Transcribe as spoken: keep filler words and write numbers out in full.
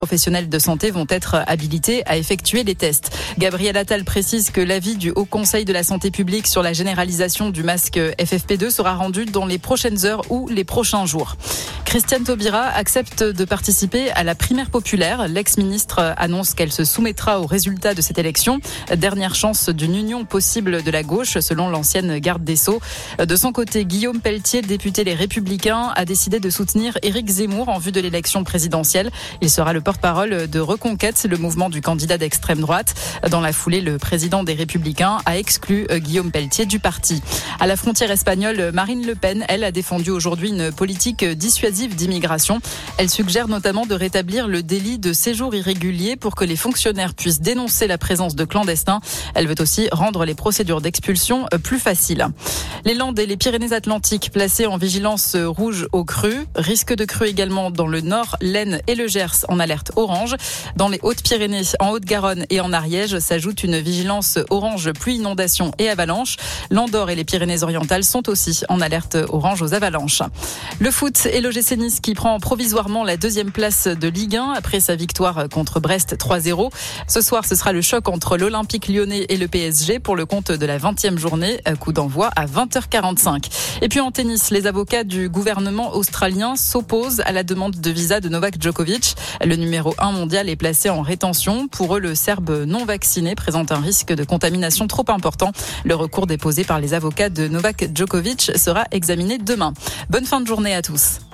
professionnels de santé vont être habilités à effectuer les tests. Gabriel Attal précise que l'avis du Haut Conseil de la santé publique sur la généralisation du masque F F P deux sera rendu dans les prochaines heures ou les prochains jours. Christiane Taubira accepte de participer à la primaire populaire. L'ex-ministre annonce qu'elle se soumettra aux résultats de cette élection. Dernière chance d'une union possible de la gauche, selon l'ancienne garde des Sceaux. De son côté, Guillaume Pelletier, député Les Républicains, a décidé de soutenir Éric Zemmour en vue de l'élection présidentielle. Il sera le porte-parole de Reconquête, le mouvement du candidat d'extrême droite. Dans la foulée, le président des Républicains a exclu Guillaume Pelletier du parti. À la frontière espagnole, Marine Le Pen, elle, a défendu aujourd'hui une politique dissuasive d'immigration. Elle suggère notamment de rétablir le délit de séjour irrégulier pour que les fonctionnaires puissent dénoncer la présence de clandestins. Elle veut aussi rendre les procédures d'expulsion plus faciles. Les Landes et les Pyrénées-Atlantiques placées en vigilance rouge aux crues. Risque de crue également dans le Nord, l'Aisne et le Gers en alerte orange. Dans les Hautes-Pyrénées, en Haute-Garonne et en Ariège s'ajoute une vigilance orange pluie, inondation et avalanche. L'Andorre et les Pyrénées-Orientales sont aussi en alerte orange aux avalanches. Le foot et l'O G C Nice qui prend provisoirement la deuxième place de Ligue un après sa victoire contre Brest trois zéro. Ce soir, ce sera le choc entre l'Olympique lyonnais et le P S G pour le compte de la vingtième journée. Coup d'envoi à vingt heures quarante-cinq. Et puis en tennis, les avocats du gouvernement australien s'opposent à la demande de visa de Novak Djokovic. Le numéro un mondial est placé en rétention. Pour eux, le Serbe non vacciné présente un risque de contamination trop important. Le recours déposé par les avocats de Novak Djokovic sera examiné demain. Bonne fin de journée à tous.